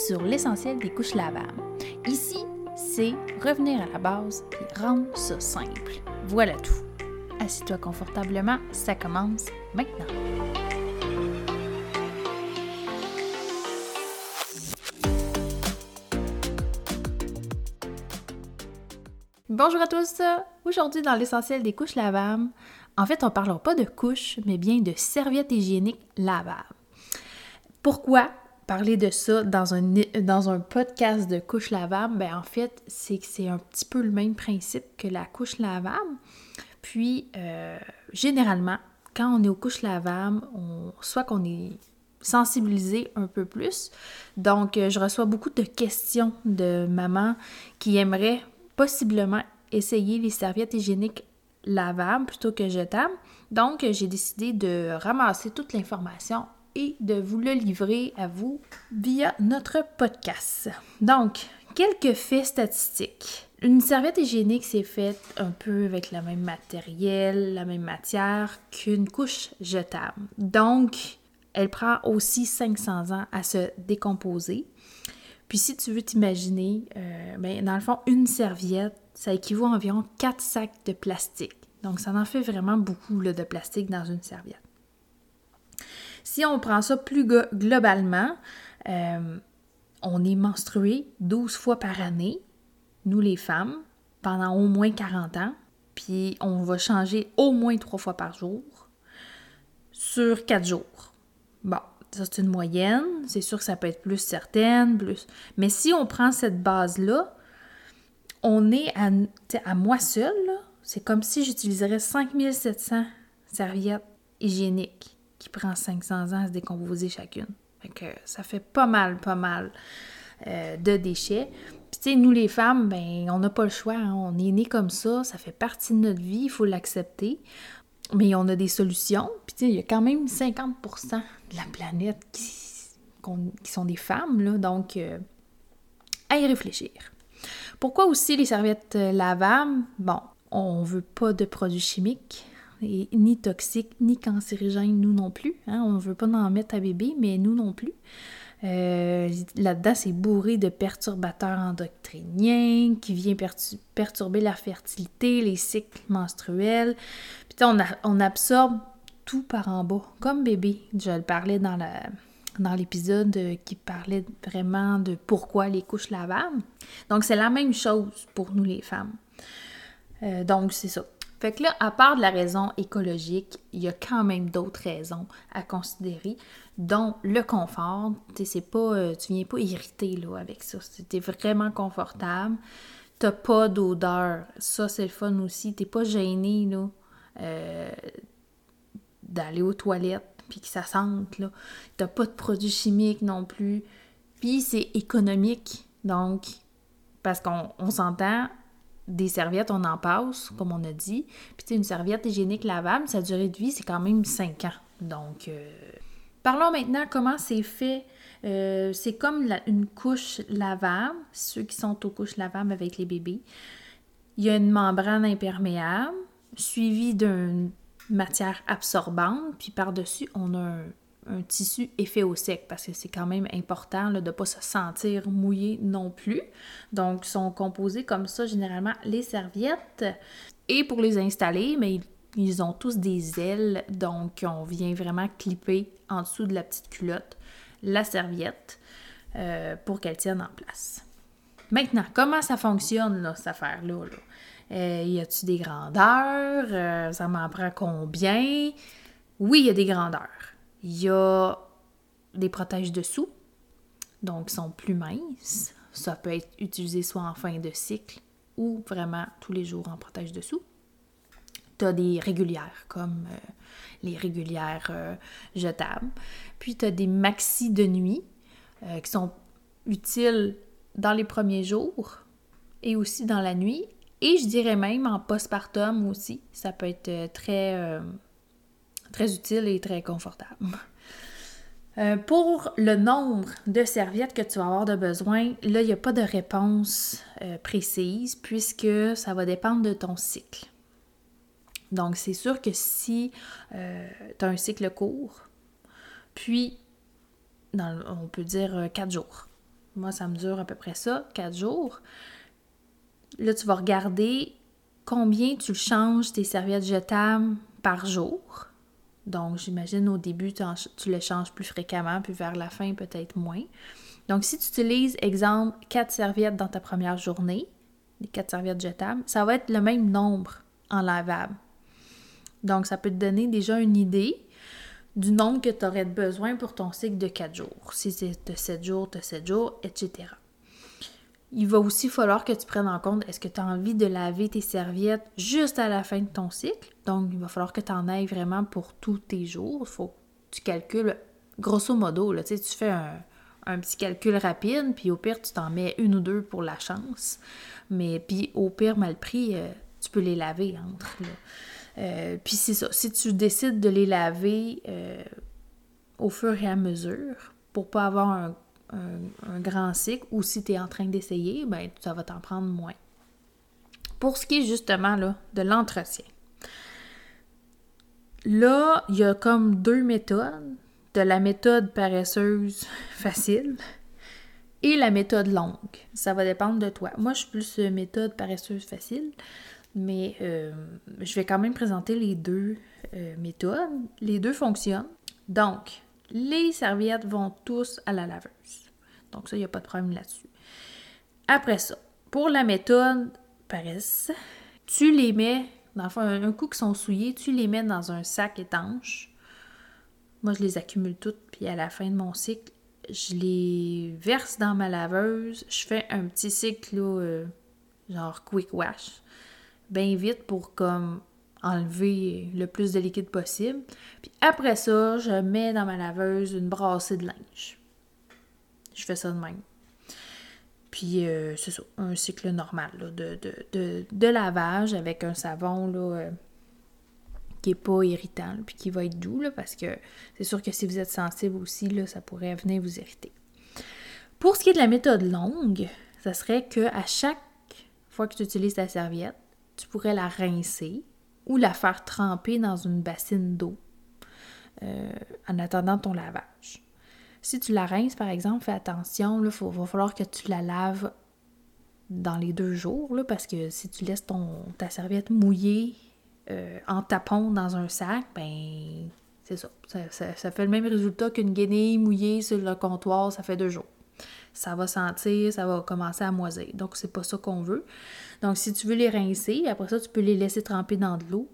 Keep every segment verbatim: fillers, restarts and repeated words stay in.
sur l'essentiel des couches lavables. Ici, c'est revenir à la base et rendre ça simple. Voilà tout. Assieds-toi confortablement, ça commence maintenant. Bonjour à tous! Aujourd'hui, dans l'essentiel des couches lavables, en fait, on ne parlera pas de couches, mais bien de serviettes hygiéniques lavables. Pourquoi parler de ça dans un, dans un podcast de couches lavables? Ben, en fait, c'est que c'est un petit peu le même principe que la couche lavable. Puis, euh, généralement, quand on est aux couches lavables, on, soit qu'on est sensibilisé un peu plus. Donc, je reçois beaucoup de questions de mamans qui aimeraient possiblement essayer les serviettes hygiéniques lavables plutôt que jetables. Donc, j'ai décidé de ramasser toute l'information et de vous le livrer à vous via notre podcast. Donc, quelques faits statistiques. Une serviette hygiénique, c'est faite un peu avec le même matériel, la même matière qu'une couche jetable. Donc, elle prend aussi cinq cents ans à se décomposer. Puis si tu veux t'imaginer, euh, ben, dans le fond, une serviette, ça équivaut à environ quatre sacs de plastique. Donc, ça en fait vraiment beaucoup là, de plastique dans une serviette. Si on prend ça plus go- globalement, euh, on est menstrué douze fois par année, nous les femmes, pendant au moins quarante ans. Puis on va changer au moins trois fois par jour sur quatre jours. Bon. Ça, c'est une moyenne. C'est sûr que ça peut être plus certaine, plus... Mais si on prend cette base-là, on est à, à moi seule, là, c'est comme si j'utiliserais cinq mille sept cents serviettes hygiéniques qui prennent cinq cents ans à se décomposer chacune. Fait que ça fait pas mal, pas mal euh, de déchets. Puis tu sais, nous les femmes, ben on n'a pas le choix. Hein. On est nés comme ça, ça fait partie de notre vie, il faut l'accepter. Mais on a des solutions. Puis, tu sais, il y a quand même cinquante pour cent de la planète qui, qui sont des femmes, là. Donc, euh, à y réfléchir. Pourquoi aussi les serviettes lavables? Bon, on veut pas de produits chimiques, et ni toxiques, ni cancérigènes, nous non plus. Hein? On ne veut pas en mettre à bébé, mais nous non plus. Euh, là-dedans, c'est bourré de perturbateurs endocriniens qui viennent pertu- perturber la fertilité, les cycles menstruels. Puis on, a, on absorbe tout par en bas, comme bébé. Je le parlais dans, la, dans l'épisode qui parlait vraiment de pourquoi les couches lavables. Donc, c'est la même chose pour nous les femmes. Euh, donc, c'est ça. Fait que là, à part de la raison écologique, il y a quand même d'autres raisons à considérer, dont le confort. Tu sais, c'est pas, euh, tu viens pas irriter là, avec ça. T'es vraiment confortable. T'as pas d'odeur. Ça, c'est le fun aussi. T'es pas gêné là, euh, d'aller aux toilettes puis que ça sente. Là. T'as pas de produits chimiques non plus. Puis c'est économique. Donc, parce qu'on on s'entend... Des serviettes, on en passe, comme on a dit. Puis, tu sais, une serviette hygiénique lavable, sa durée de vie, c'est quand même cinq ans. Donc, euh... parlons maintenant comment c'est fait. Euh, c'est comme la, une couche lavable, ceux qui sont aux couches lavables avec les bébés. Il y a une membrane imperméable, suivie d'une matière absorbante, puis par-dessus, on a un, un tissu effet au sec, parce que c'est quand même important là, de ne pas se sentir mouillé non plus. Donc, ils sont composés comme ça, généralement, les serviettes. Et pour les installer, mais ils, ils ont tous des ailes, donc on vient vraiment clipper en dessous de la petite culotte la serviette euh, pour qu'elle tienne en place. Maintenant, comment ça fonctionne, là, cette affaire-là? Là? Euh, y a-t-il des grandeurs? Euh, ça m'en prend combien? Oui, il y a des grandeurs. Il y a des protège-dessous, donc ils sont plus minces. Ça peut être utilisé soit en fin de cycle ou vraiment tous les jours en protège-dessous. Tu as des régulières, comme euh, les régulières euh, jetables. Puis tu as des maxi de nuit euh, qui sont utiles dans les premiers jours et aussi dans la nuit. Et je dirais même en postpartum aussi. Ça peut être très... Euh, très utile et très confortable. Euh, pour le nombre de serviettes que tu vas avoir de besoin, là, il n'y a pas de réponse euh, précise puisque ça va dépendre de ton cycle. Donc, c'est sûr que si euh, tu as un cycle court, puis, dans, on peut dire quatre jours, Moi, ça me dure à peu près ça, quatre jours. Là, tu vas regarder combien tu changes tes serviettes jetables par jour. Donc, j'imagine au début, tu, en, tu les changes plus fréquemment, puis vers la fin, peut-être moins. Donc, si tu utilises, exemple, quatre serviettes dans ta première journée, les quatre serviettes jetables, ça va être le même nombre en lavable. Donc, ça peut te donner déjà une idée du nombre que tu aurais besoin pour ton cycle de quatre jours. Si c'est de sept jours, tu as sept jours, et cetera. Il va aussi falloir que tu prennes en compte, est-ce que tu as envie de laver tes serviettes juste à la fin de ton cycle? Donc, il va falloir que tu en ailles vraiment pour tous tes jours. Il faut que tu calcules, grosso modo, là, tu sais, tu fais un, un petit calcul rapide, puis au pire, tu t'en mets une ou deux pour la chance. Mais puis, au pire, mal pris, euh, tu peux les laver entre, là. Euh, puis c'est ça, si tu décides de les laver euh, au fur et à mesure, pour pas avoir un, un, un grand cycle, ou si tu es en train d'essayer, ben ça va t'en prendre moins. Pour ce qui est justement là, de l'entretien, là, il y a comme deux méthodes, de la méthode paresseuse facile et la méthode longue. Ça va dépendre de toi. Moi, je suis plus méthode paresseuse facile. Mais euh, je vais quand même présenter les deux euh, méthodes. Les deux fonctionnent. Donc, les serviettes vont tous à la laveuse. Donc ça, il n'y a pas de problème là-dessus. Après ça, pour la méthode paresse, tu les mets, dans le fond, un coup qu'ils sont souillés, tu les mets dans un sac étanche. Moi, je les accumule toutes, puis à la fin de mon cycle, je les verse dans ma laveuse. Je fais un petit cycle, là, euh, genre quick wash. Bien vite pour comme enlever le plus de liquide possible. Puis après ça, je mets dans ma laveuse une brassée de linge. Je fais ça de même. Puis euh, c'est ça, un cycle normal là, de, de, de, de lavage avec un savon là, euh, qui n'est pas irritant, là, puis qui va être doux, là, parce que c'est sûr que si vous êtes sensible aussi, là, ça pourrait venir vous irriter. Pour ce qui est de la méthode longue, ça serait qu'à chaque fois que tu utilises ta serviette, tu pourrais la rincer ou la faire tremper dans une bassine d'eau euh, en attendant ton lavage. Si tu la rinces, par exemple, fais attention, il va falloir que tu la laves dans les deux jours, là, parce que si tu laisses ton, ta serviette mouillée euh, en tapon dans un sac, ben c'est ça. Ça, ça. ça fait le même résultat qu'une guenille mouillée sur le comptoir, ça fait deux jours. Ça va sentir, ça va commencer à moisir. Donc, c'est pas ça qu'on veut. Donc, si tu veux les rincer, après ça, tu peux les laisser tremper dans de l'eau.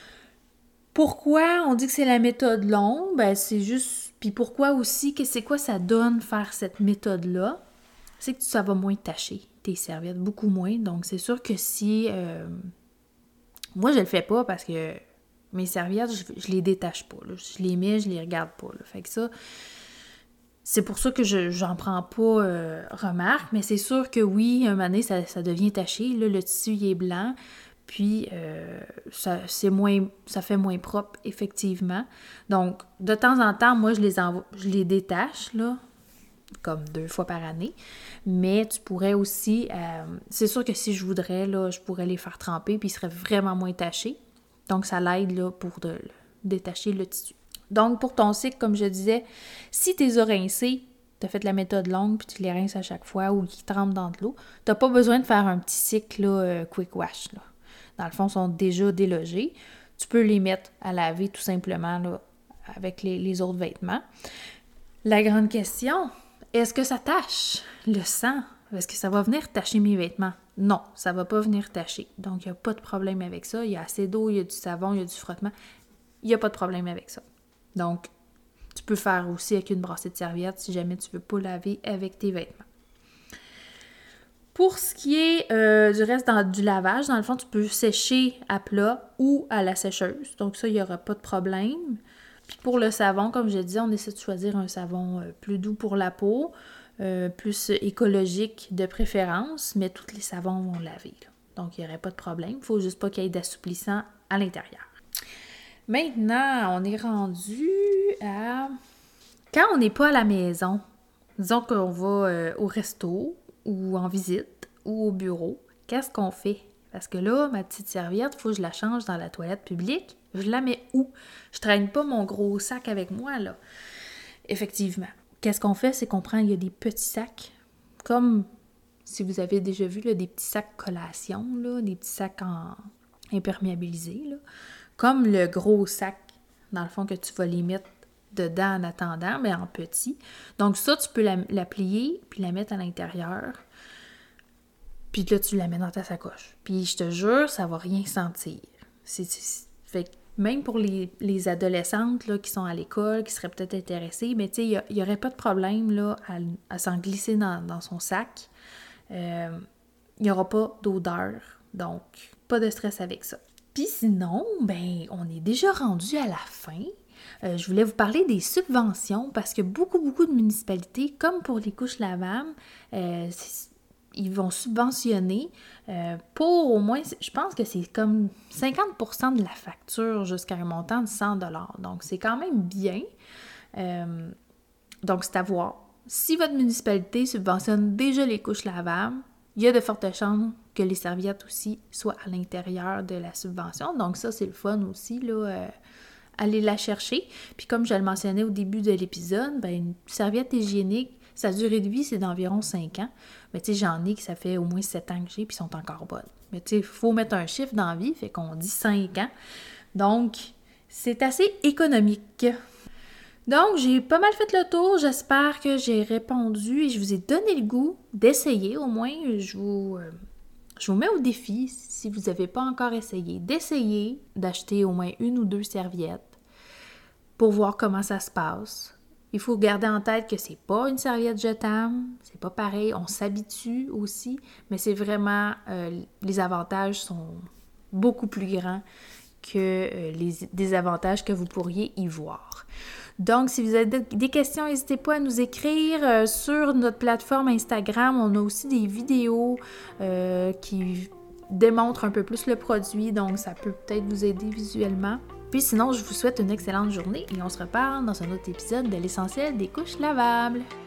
Pourquoi on dit que c'est la méthode longue? Ben, c'est juste... Puis pourquoi aussi, que c'est quoi ça donne faire cette méthode-là? C'est que ça va moins tacher tes serviettes, beaucoup moins. Donc, c'est sûr que si... Euh... Moi, je le fais pas parce que mes serviettes, je, je les détache pas. Là. Je les mets, je les regarde pas. Là. Fait que ça... C'est pour ça que je j'en prends pas euh, remarque, mais c'est sûr que oui, un moment donné, ça, ça devient taché. Là, le tissu, il est blanc, puis euh, ça, c'est moins, ça fait moins propre, effectivement. Donc, de temps en temps, moi, je les, envo- je les détache, là, comme deux fois par année. Mais tu pourrais aussi... Euh, c'est sûr que si je voudrais, là, je pourrais les faire tremper, puis ils seraient vraiment moins tachés. Donc, ça l'aide là, pour de, détacher le tissu. Donc, pour ton cycle, comme je disais, si tu les as rincés, tu as fait la méthode longue, puis tu les rinces à chaque fois ou qu'ils trempent dans de l'eau, tu n'as pas besoin de faire un petit cycle là, euh, quick wash. Là. Dans le fond, ils sont déjà délogés. Tu peux les mettre à laver tout simplement là, avec les, les autres vêtements. La grande question, est-ce que ça tache le sang? Est-ce que ça va venir tacher mes vêtements? Non, ça ne va pas venir tacher. Donc, il n'y a pas de problème avec ça. Il y a assez d'eau, il y a du savon, il y a du frottement. Il n'y a pas de problème avec ça. Donc, tu peux faire aussi avec une brassée de serviette si jamais tu ne veux pas laver avec tes vêtements. Pour ce qui est euh, du reste dans, du lavage, dans le fond, tu peux sécher à plat ou à la sécheuse. Donc ça, il n'y aura pas de problème. Puis pour le savon, comme je disais, on essaie de choisir un savon euh, plus doux pour la peau, euh, plus écologique de préférence, mais tous les savons vont laver. Là. Donc il n'y aurait pas de problème. Il ne faut juste pas qu'il y ait d'assouplissant à l'intérieur. Maintenant, on est rendu à... Quand on n'est pas à la maison, disons qu'on va euh, au resto ou en visite ou au bureau, qu'est-ce qu'on fait? Parce que là, ma petite serviette, il faut que je la change dans la toilette publique. Je la mets où? Je traîne pas mon gros sac avec moi, là. Effectivement. Qu'est-ce qu'on fait? C'est qu'on prend, il y a des petits sacs comme si vous avez déjà vu là, des petits sacs collation, là, des petits sacs en imperméabilisés, là, comme le gros sac, dans le fond, que tu vas les mettre dedans en attendant, mais en petit. Donc ça, tu peux la, la plier, puis la mettre à l'intérieur. Puis là, tu la mets dans ta sacoche. Puis je te jure, ça va rien sentir. C'est, c'est, fait que même pour les, les adolescentes là, qui sont à l'école, qui seraient peut-être intéressées, mais tu sais, il n'y aurait pas de problème là, à, à s'en glisser dans, dans son sac. Euh, il n'y aura pas d'odeur. Donc, pas de stress avec ça. Puis sinon, ben, on est déjà rendu à la fin. Euh, je voulais vous parler des subventions parce que beaucoup, beaucoup de municipalités, comme pour les couches lavables, euh, ils vont subventionner euh, pour au moins, je pense que c'est comme cinquante pour cent de la facture jusqu'à un montant de cent dollars. Donc, c'est quand même bien. Euh, donc, c'est à voir. Si votre municipalité subventionne déjà les couches lavables, il y a de fortes chances que les serviettes aussi soient à l'intérieur de la subvention. Donc ça, c'est le fun aussi, là, euh, aller la chercher. Puis comme je le mentionnais au début de l'épisode, ben, une serviette hygiénique, sa durée de vie, c'est d'environ cinq ans. Mais tu sais, j'en ai que ça fait au moins sept ans que j'ai, puis sont encore bonnes. Mais tu sais, il faut mettre un chiffre dans la vie, fait qu'on dit cinq ans. Donc, c'est assez économique. Donc, j'ai pas mal fait le tour. J'espère que j'ai répondu et je vous ai donné le goût d'essayer. Au moins, je vous, euh, je vous mets au défi, si vous n'avez pas encore essayé, d'essayer d'acheter au moins une ou deux serviettes pour voir comment ça se passe. Il faut garder en tête que c'est pas une serviette jetable, c'est pas pareil, on s'habitue aussi, mais c'est vraiment, euh, les avantages sont beaucoup plus grands que euh, les désavantages que vous pourriez y voir. Donc, si vous avez des questions, n'hésitez pas à nous écrire. Euh, sur notre plateforme Instagram, on a aussi des vidéos euh, qui démontrent un peu plus le produit, donc ça peut peut-être vous aider visuellement. Puis sinon, je vous souhaite une excellente journée et on se reparle dans un autre épisode de l'essentiel des couches lavables.